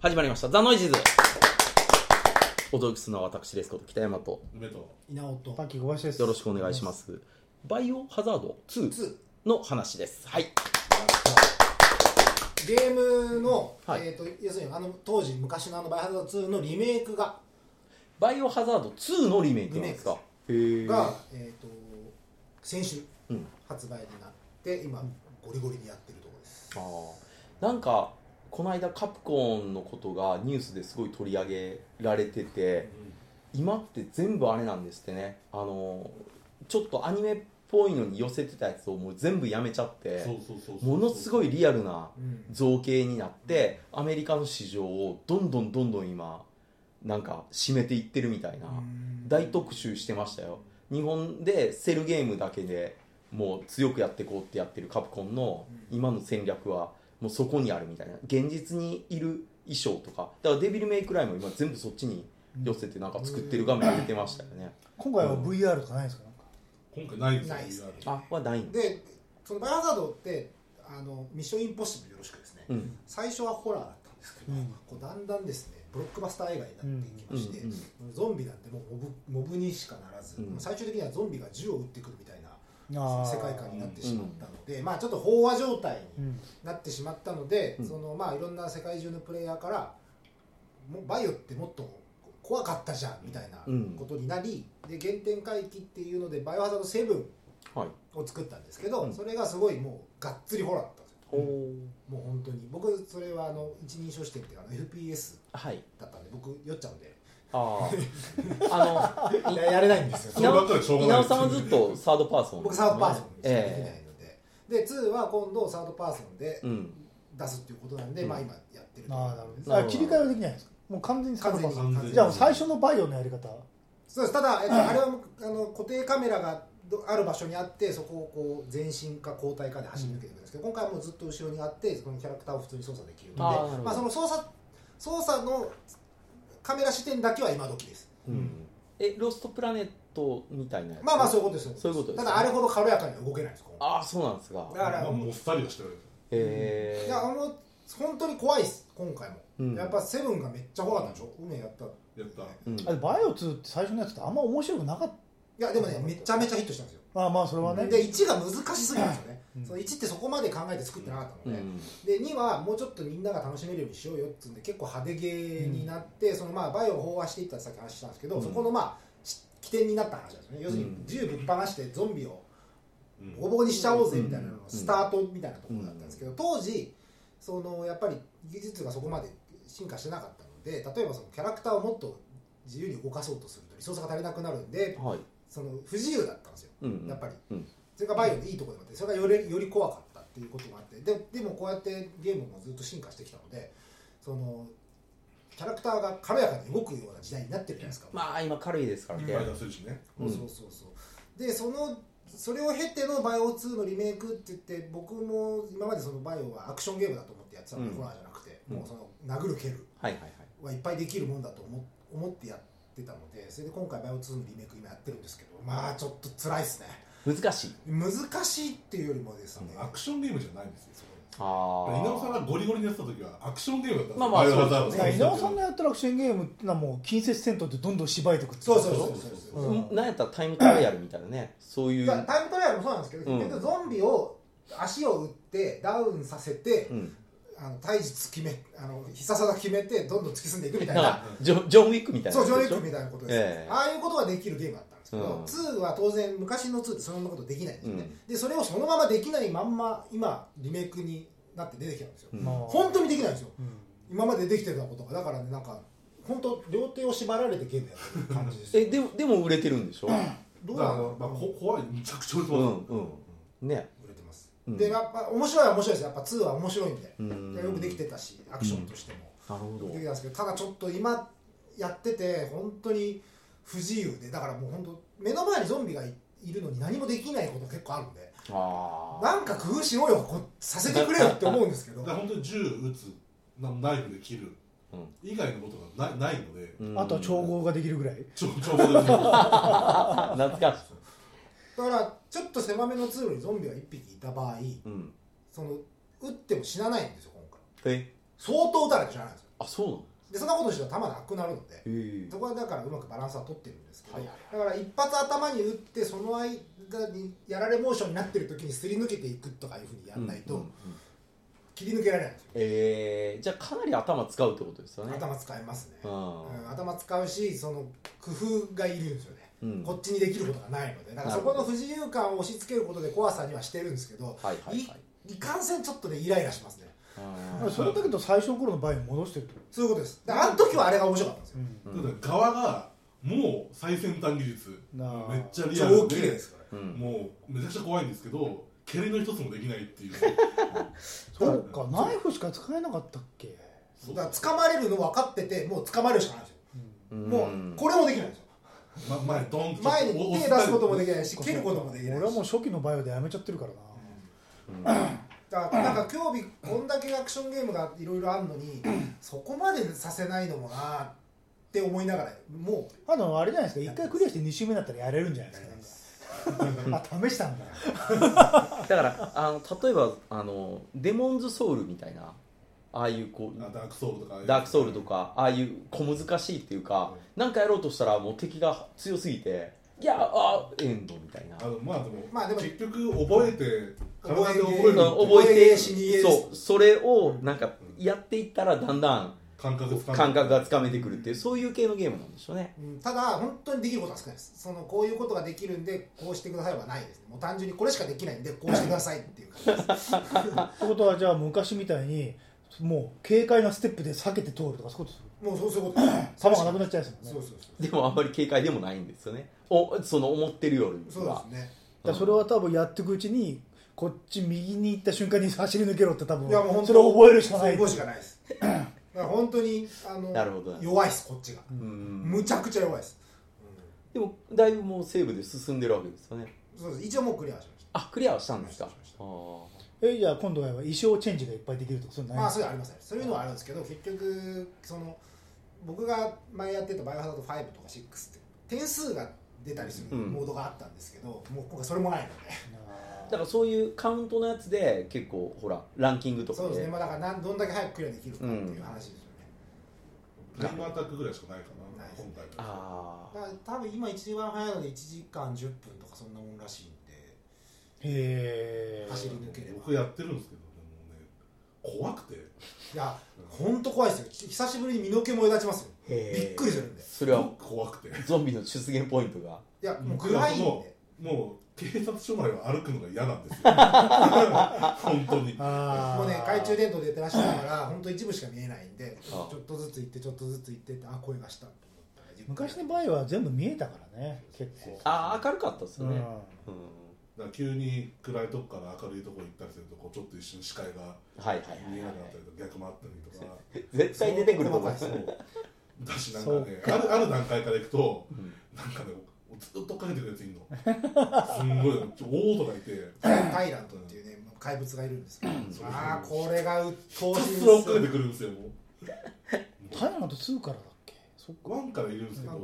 始まりましたザ・ノイジーズ。お届けするのは私ですこと北山と梅と稲尾と滝小林です。 よろしくお願いします。バイオハザード2の話です。はい。 ゲームの、 はい要するに当時昔のバイオハザード2のリメイクがバイオハザード2のリメイクなんですか。へー。 が、先週うん発売になって今ゴリゴリにやってるところです。 なんかこの間カプコンのことがニュースですごい取り上げられてて、今って全部あれなんですってね。ちょっとアニメっぽいのに寄せてたやつをもう全部やめちゃってものすごいリアルな造形になってアメリカの市場をどんどん今なんか占めていってるみたいな大特集してましたよ。日本でセルゲームだけでもう強くやっていこうってやってるカプコンの今の戦略はもうそこにあるみたいな。現実にいる衣装とかだからデビルメイクライも今全部そっちに寄せてなんか作ってる画面出てましたよね。 今回は VR とかないですか？ 今回ないですよ。 ないですね。 はないんでそのバイオハザードってミッションインポッシブルよろしくですね、最初はホラーだったんですけど、こうだんだんですねブロックバスター映画になっていきまして、ゾンビなんてもうモブにしかならず、最終的にはゾンビが銃を撃ってくるみたいな世界観になってしまったので、ちょっと飽和状態になってしまったので、いろんな世界中のプレイヤーからもうバイオってもっと怖かったじゃんみたいなことになり、で原点回帰っていうのでバイオハザード7を作ったんですけど、それがすごいもうがっつりホラーだったんですよ。もう本当に僕それは一人称視点っていうFPS だったんで、僕酔っちゃうんでやれないんですよ。 稲尾さんはずっとサードパーソン、 僕サードパーソンしかできないので、で2は今度サードパーソンで出すっていうことなんで、今やってると。 なるほど。切り替えはできないんですか？もう完全にサードパーソン。 完全にじゃあ最初のバイオのやり方。 そうです。ただ、あれは固定カメラがある場所にあって、そこをこう前進か後退かで走り抜けていくんですけど、今回はもうずっと後ろにあってそのキャラクターを普通に操作できるので、その操作のカメラ視点だけは今時です。 ロストプラネットみたいなやつ。 そういうことですよ。 そういうことです。 ただあれほど軽やかには動けないです。 そうなんですか。 だからもっさりはしてる。 いや本当に怖いです。今回も、やっぱセブンがめっちゃ怖かったでしょ。梅やった。 バイオ2って最初のやつってあんま面白くなかった。 いやでもね、めちゃめちゃヒットしたんですよ。 それはね。 で1が難しすぎるんですよね。その1ってそこまで考えて作ってなかったので、で2はもうちょっとみんなが楽しめるようにしようよってんで結構派手ゲーになって、そのバイオを飽和していったらさっき話したんですけど、そこの起点になった話なんですよね。要するに銃ぶっ放してゾンビをボコボコにしちゃおうぜみたいなのがスタートみたいなところだったんですけど、当時やっぱり技術がそこまで進化してなかったので、例えばそのキャラクターをもっと自由に動かそうとするとリソースが足りなくなるんで、その不自由だったんですよ、やっぱり、それがバイオのいいところでもあって、それがより怖かったっていうこともあって、でもこうやってゲームもずっと進化してきたので、そのキャラクターが軽やかに動くような時代になってるじゃないですか。 今軽いですからね。 でそれを経てのバイオ2のリメイクって言って、僕も今までそのバイオはアクションゲームだと思ってやってたので、ホラーじゃなくて、もうその殴る蹴るはいっぱいできるもんだと思ってやってたので、それで今回バイオ2のリメイク今やってるんですけど、ちょっと辛いですね。 難しいっていうよりもですね、 アクションゲームじゃないんですよ。稲稲尾さんがゴリゴリにやってた時はアクションゲームだったんですよ。稲尾さんのやったらアクションゲームってのはもう近接戦闘ってどんどん縛いていくってそうなんやったらタイムトライアルみたいなね、そういう。 タイムトライアルもそうなんですけど、結局ゾンビを足を打ってダウンさせて、体術決め必殺技決めてどんどん突き進んでいくみたいなジョン・ウィックみたいな。 そう、ジョン・ウィックみたいなことです、ああいうことができるゲームだったんですけど、2は当然昔の2ってそんなことできないんですよね、でそれをそのままできないまんま今リメイクになって出てきたんですよ、本当にできないんですよ、今までできてたことが。だからね、なんか本当両手を縛られてゲームやってる感じですでも売れてるんでしょ。 どうなの？ 怖い、めちゃくちゃ売れてますね。 売れてます。でやっぱ面白いです。やっぱ2は面白いんで、よくできてたし、アクションとしてもできてたんですけど、ただちょっと今やってて本当に不自由で、だからもう本当目の前にゾンビがいるのに何もできないこと結構あるんで、なんか工夫しようよ、させてくれよって思うんですけど。 本当に銃撃つ、ナイフで切る以外のことがないので、 あとは調合ができるぐらい。 調合できる。懐かしい。 だからちょっと狭めの通路にゾンビが1匹いた場合、その撃っても死なないんですよ今回。相当撃たないと死なないんですよ。 あ、そうなの。 でそんなことしてたら弾なくなるので、そこはだからうまくバランスは取ってるんですけど、だから一発頭に打ってその間にやられモーションになってる時にすり抜けていくとかいうふうにやらないと切り抜けられないんですよ。 じゃあかなり頭使うってことですよね。 頭使いますね、頭使うし、その工夫がいるんですよね、こっちにできることがないので、だからそこの不自由感を押し付けることで怖さにはしてるんですけど、いかんせんちょっとねイライラしますね。 その時と最初の頃の場合に戻してるってこと。 そういうことです。あの時はあれが面白かったんですよ、 側がもう最先端技術めっちゃリア超ル綺麗ですから、 もうめちゃくちゃ怖いんですけど、蹴りの一つもできないっていうそうか、ナイフしか使えなかったっけ。 だから掴まれるの分かってて、もう掴まれるしかないんですよ、もうこれもできないんですよ、 前ドンと前に手出すこともできないし、蹴ることもできないし。 俺はもう初期のバイオでやめちゃってるからな、 だからなんか興味、こんだけアクションゲームがいろいろあるのにそこまでさせないのもなって思いながら、もうあれじゃないですか、1回クリアして2周目になったらやれるんじゃないですか。試したんだだから例えばデモンズソウルみたいな、ああいうこうダークソウルとかダークソウルとか、ああいう小難しいっていうか、なんかやろうとしたらもう敵が強すぎて、いやエンドみたいな。 まあでも結局覚えて体で覚えて、それをなんかやっていったらだんだん感覚がつかめてくるっていう、そういう系のゲームなんでしょうね。 ただ本当にできることは少ないです。こういうことができるんでこうしてくださいはないですね。もう単純にこれしかできないんでこうしてくださいっていう感じです。 ってことはじゃあ昔みたいにもう軽快なステップで避けて通るとかそういうことする。 もうそういうこと弾がなくなっちゃいますもんね。 でもあんまり軽快でもないんですよね、その思ってるよりは。 そうですね。 だそれは多分やっていくうちにこっち右に行った瞬間に走り抜けろって多分、 いやもうそれを覚えるしかない。 覚えるしかないです。だから本当に弱いです、こっちが。むちゃくちゃ弱いです。 でもだいぶもうセーブで進んでるわけですよね。 そうです。一応もうクリアしました。 あ、クリアはしたんですか。 じゃあ今度は衣装チェンジがいっぱいできるとかそういうのないんですか。 それありますね。そういうのはあるんですけど、結局僕が前やってたバイオハザード5とか6って点数が出たりするモードがあったんですけど、もう今回それもないので。 だからそういうカウントのやつで結構ほらランキングとかで。 そうですね。だからどんだけ早くクリアできるかっていう話ですよね。 タイムアタックぐらいしかないかな、今回は。だから多分今一番早いので1時間10分とかそんなもんらしいんで、走り抜ければ。 僕やってるんですけど、でもね怖くて、 いや本当怖いですよ。久しぶりに身の毛も立ちますよ。びっくりするんで。 それは怖くてゾンビの出現ポイントが、 いやもう暗いんで、 もう警察署前を歩くのが嫌なんですよ本当に。 もうね、懐中電灯で照らしながら本当一部しか見えないんで、ちょっとずつ行ってちょっとずつ行って声がしたと思ったら、 昔の場合は全部見えたからね、結構。 明るかったですよね。 だから急に暗いとこから明るいところ行ったりするとちょっと一瞬視界が見えなくなったりとか逆もあったりとか絶対出てくると思いますだし、なんかね、ある段階から行くと、なんかねずっと追っかけてくるやついるのすんごい大音がいて、 タイラントっていうね怪物がいるんですけど、これが鬱陶しいんですよ。 追っかけてくるんですよ。もうタイラント2からだっけ。 1からいるんですけど、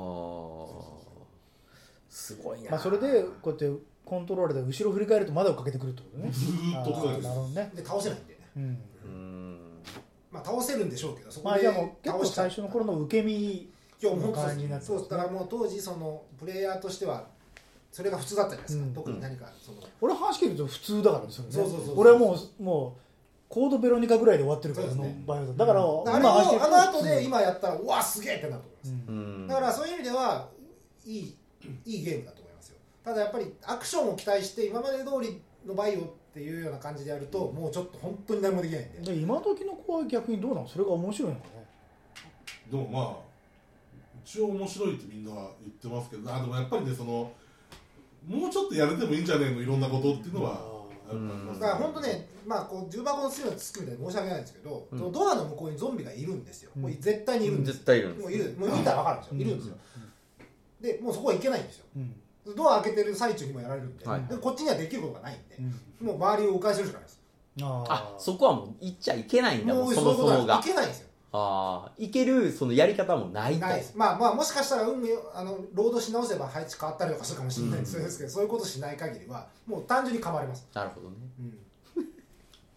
すごいな。 それでこうやってコントローラーで後ろ振り返るとまだ追っかけてくるってことね。 ずーっと追っかけてくる。 なるほどね。で倒せないんでね。倒せるんでしょうけど、そこでじゃあもう結構最初の頃の受け身の感じになって、 そうだからもう当時プレイヤーとしてはそれが普通だったじゃないですか。特に何か俺話聞くと普通だからね。 そう俺はもうコードベロニカからで終わってるからだからあの後で今やったらうわすげえってなると思います。だからそういう意味ではいいゲームだと思いますよ。ただやっぱりアクションを期待して今まで通りのバイオっていうような感じでやるともうちょっと本当に何もできないんで。 今時の子は逆にどうなの？それが面白いのかね。 でも一応面白いってみんなは言ってますけど、でもやっぱりねもうちょっとやれてもいいんじゃねえのいろんなことっていうのはだから本当ね、重箱の隅のつつくみたいで申し訳ないんですけど、ドアの向こうにゾンビがいるんですよ。もう絶対にいるんです。 絶対いるんです。 もう見たら分かるんですよ。いるんですよ。でもうそこは行けないんですよ。ドア開けてる最中にもやられるんで、こっちにはできることがないんで、もう周りを迂回するしかないです。 そこはもう行っちゃいけないんだもん、そもそもが。 行けないんですよ。 行けるやり方もないです。もしかしたらロードし直せば配置変わったりとかするかもしれないんですけど、そういうことしない限りはもう単純に噛まれます。 なるほどね。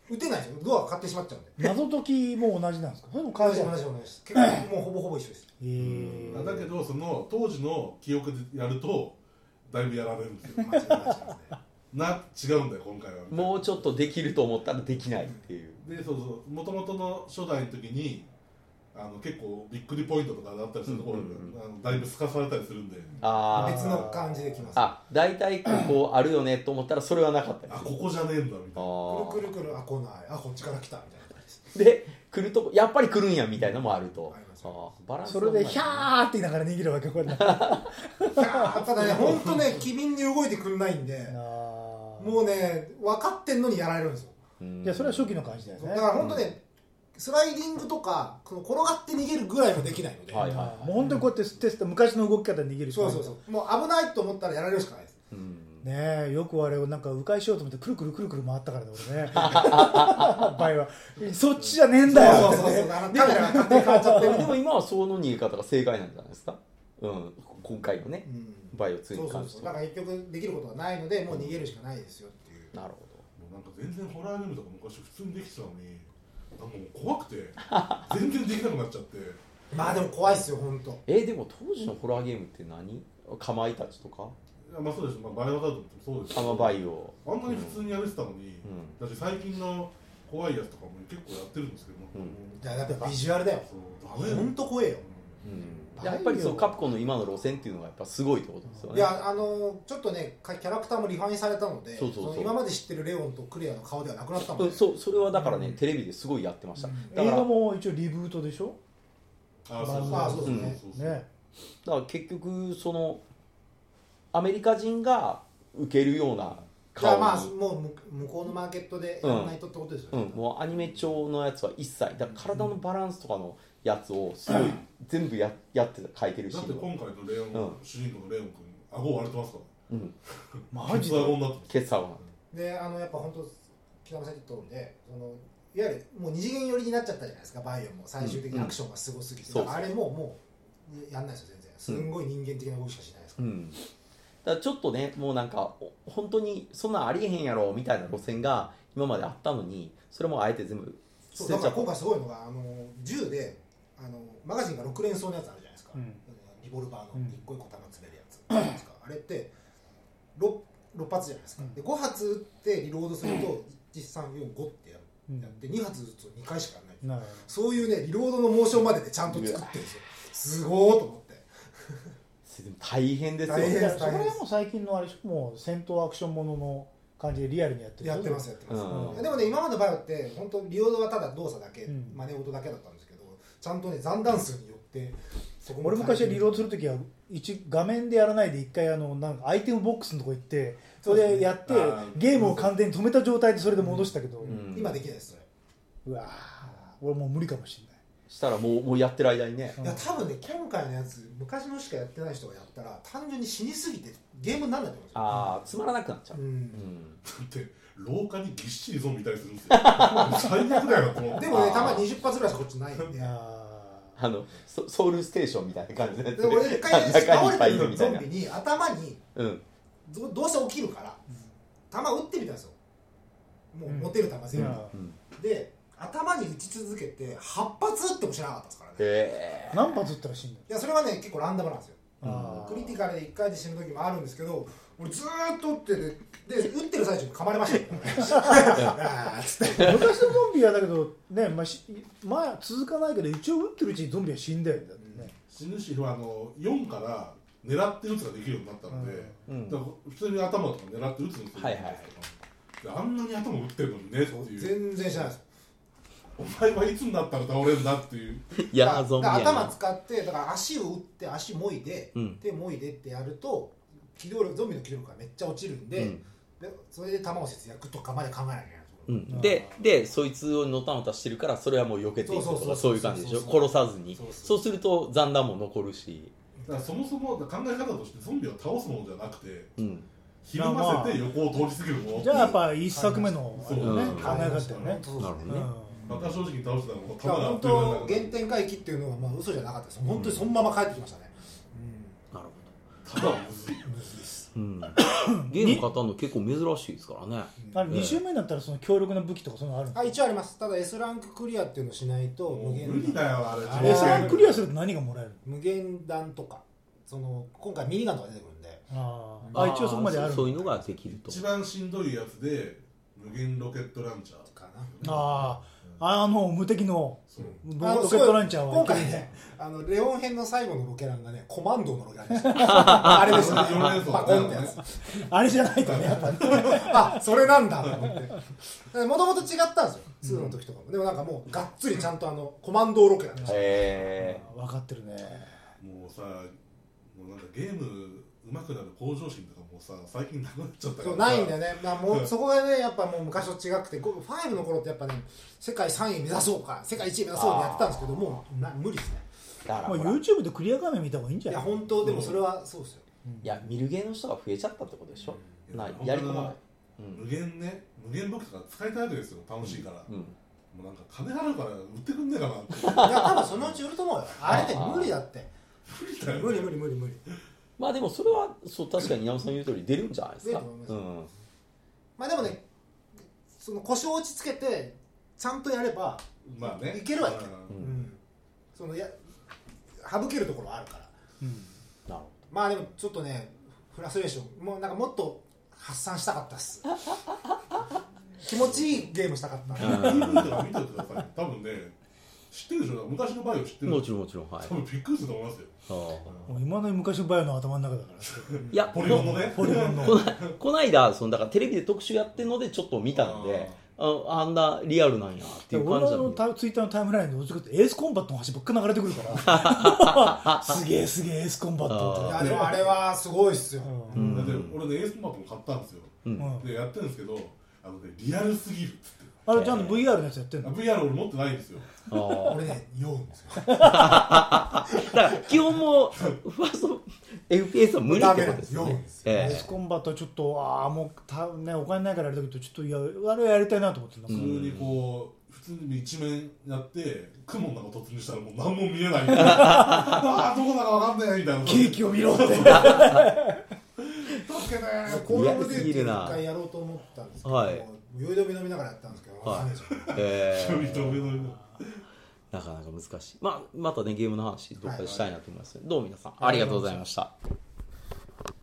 撃てないですよ、ドアが勝手に閉まっちゃうんで。 謎解きも同じなんですか？それも変わ同じりない。 です結構もうほぼほぼ一緒です。 だけどその当時の記憶でやるとだいぶやられるんですよ間違いますね。 違うんだよ今回はもうちょっとできると思ったらできないっていう。 でそうそう元々の初代の時に結構びっくりポイントとかだったりするところが、だいぶ透かされたりするんで、 別の感じできます。 大体ここあるよねと思ったらそれはなかったりする。 ここじゃねえんだみたいな。 くるくる来ない、こっちから来たみたいな感じで来るとこやっぱり来るんやみたいなのもあると。バランスそれでヒャーって言いながら逃げるわけこれ。 ただね本当ね機敏に動いてくれないんで、もうね分かってんのにやられるんですよ。 いやそれは初期の感じだよね。 だから本当ね、スライディングとか転がって逃げるぐらいもできないので、 もう本当にこうやってテスト昔の動き方で逃げる。 そうもう危ないと思ったらやられるしかないです。 ねえ、よくあれをなんか迂回しようと思ってくるくるくるくる回ったからね俺ね。場合はそっちじゃねえんだよ。 カメラが勝手に変わっちゃってる。 でも今はその逃げ方が正解なんじゃないですか。今回のね、バイオ2に関しては。 だから結局できることがないのでもう逃げるしかないですよっていう。 なるほど。なんか全然ホラーゲームとか昔普通にできてたのに、なんかもう怖くて全然できなくなっちゃって。 まあでも怖いですよ本当。 でも当時のホラーゲームって何？かまいたちとか？ まあそうです。バイオハザードもそうです。 バイオ。 あんなに普通にやれてたのに、だって最近の怖いやつとかも結構やってるんですけど。 だってビジュアルだよ。本当怖えよ。 やっぱりそうカプコンの今の路線っていうのがやっぱすごいってことですよね。 いやちょっとねキャラクターもリファインされたので、今まで知ってるレオンとクレアの顔ではなくなったので、 それはだからねテレビですごいやってました。 映画も一応リブートでしょ。 そうですね。 だから結局そのアメリカ人が受けるような顔に、 まあもう向こうのマーケットでやらないとってことですよね。 もうアニメ調のやつは一切だから体のバランスとかのやつをすごい全部やって描いてるし、 だって今回のレオン、主人公のレオン君顎割れてますから、 マジで顎になってケツ顎でやっぱ本当北村さん言った通りでいわゆるもう二次元寄りになっちゃったじゃないですか。バイオも最終的にアクションがすごすぎて、あれもうやんないですよ全然。すんごい人間的な動きしかしないですから。 だからちょっとねもうなんか本当にそんなんありえへんやろみたいな路線が今まであったのに、それもあえて全部捨てちゃった。だから今回すごいのが銃でマガジンが6連装のやつあるじゃないですか、リボルバーの一個一個弾詰めるやつ、あれって 6発じゃないですか、で5発撃ってリロードすると1,3,4,5ってやって2発撃つと2回しかやらない、そういうねリロードのモーションまででちゃんと作ってるんですよ。すごーと思って大変ですよね。それはもう最近のあれもう戦闘アクションものの感じでリアルにやってます。でもね今までのバイオって本当リロードはただ動作だけ、真似事だけだったんですけど、ちゃんとね残弾数によって俺昔はリロードするときは画面でやらないで一回なんかアイテムボックスのとこ行ってそれでやってゲームを完全に止めた状態でそれで戻したけど、 今できないですそれ。 うわ俺もう無理かもしれない。 したらもうやってる間にね、 いや多分ね今回のやつ昔のしかやってない人がやったら単純に死にすぎてゲームにならないと思うんですよ。 つまらなくなっちゃう。 だって廊下にぎっしりゾンビいたりするんですよ。最悪だよと思って。 でもねたまに20発ぐらいしかこっちないんでソウルステーションみたいな感じで俺一回倒れてるゾンビに頭にどうせ起きるから弾撃ってみたんですよ。もう持てる弾全部で頭に撃ち続けて8発撃ってもしなかったですからね。 何発撃ったら死んだ？ いやそれはね結構ランダムなんですよ。クリティカルで1回で死ぬ時もあるんですけど、俺ずーっと撃っててで撃ってる最中に噛まれましたよ昔のゾンビはだけどね、まあ続かないけど一応撃ってるうちにゾンビは死んだよね。だってね死ぬし4から狙って撃つができるようになったので、だから普通に頭とか狙って撃つんですよ。あんなに頭撃ってるのにねっていう。 全然しないです。 お前はいつになったら倒れるんだっていう。 いやゾンビやな。 頭使ってだから足を打って足もいで、手もいでってやると機動力ゾンビの機動力がめっちゃ落ちるんで、それで弾を節約とかまで考えなきゃいけない。 でそいつをのたのたしてるからそれはもう避けていくとかそういう感じでしょ。殺さずにそうすると残弾も残るし。 だからそもそも考え方としてゾンビを倒すものじゃなくて、ひるませて横を通り過ぎるもの。 じゃあやっぱ一作目の考え方だよね。 なるほどね。 また正直に倒してたらもう本当原点回帰っていうのはまあ嘘じゃなかったです。本当にそのまま帰ってきましたね。 なるほど。 ただむずい。 ゲーム語るの結構珍しいですからね。 あれ2周目になったらその強力な武器とかそういうのあるんですか？ 一応あります。ただ S ランククリアっていうのをしないと無限無理だよあれ。 S ランククリアすると何がもらえる？ 無限弾とか今回ミニガンとか出てくるんで、 一応そこまである。 そういうのができると。 一番しんどいやつで無限ロケットランチャーかな。 無敵のロケットランチャーは今回ねレオン編の最後のロケランがねコマンドのロケランでしたあれでしたね。バコンってやつあれじゃないとねやっぱりそれなんだと思ってもともと違ったんですよ2の時とかも。でもなんかもうがっつりちゃんとコマンドロケランでした。 分かってるね。 もうさ、もうなんかゲーム上手くなる向上心とかもうさ最近なくなっちゃったからさ。 ないんだよね。もうそこがねやっぱもう昔と違くて5の頃ってやっぱね世界3位目指そうとか世界1位目指そうってやってたんですけどもう無理ですね。 もう YouTube でクリア画面見た方がいいんじゃない？ いや本当でもそれはそうですよ。 いや見る芸の人が増えちゃったってことでしょ。やり込まない。 無限武器とか使いたいわけですよ。楽しいから。もうなんか金払うから売ってくんねえかなって。 いや多分そのうち売ると思うよ。あれって無理だって。無理。 まあでもそれは確かに稲尾さん言う通り出るんじゃないですか。 まあでもねその腰を落ち着けてちゃんとやればいけるはいける。省けるところはあるから。 なるほど。 まあでもちょっとねフラストレーションもうなんかもっと発散したかったっす気持ちいいゲームしたかった。 PV とか見てください。多分ね知ってるでしょ。昔のバイオ知ってる。 もちろんはい。 多分びっくりすると思いますよ。 今の昔のバイオの頭の中だからいやポリゴンのねこの間だからテレビで特集やってるのでちょっと見たんであんなリアルなんやっていう感じだ俺のツイッターのタイムラインでエースコンバットの話ばっか流れてくるからすげえエースコンバットって。 いやでもあれはすごいっすよ。 だって俺ねエースコンバットも買ったんですよ。でやってるんですけどリアルすぎるっつって。 あれちゃんと VR のやつやってんの？ VR 俺持ってないんですよ。 俺ね酔うんですよ。 だから基本もファースト FPS は無理ってことですよね。 エースコンバットはちょっともうねお金ないからあれだけどちょっとあれやりたいなと思って普通に普通に一面やって雲の中突入したらもう何も見えないどこだか分かんないみたいな。 ケーキを見ろって助けてコールオブデューティー一回やろうと思ったんですけど酔い止め飲みながらやったんですけどなかなか難しい。またねゲームの話どっかでしたいなと思います。どうも皆さんありがとうございました。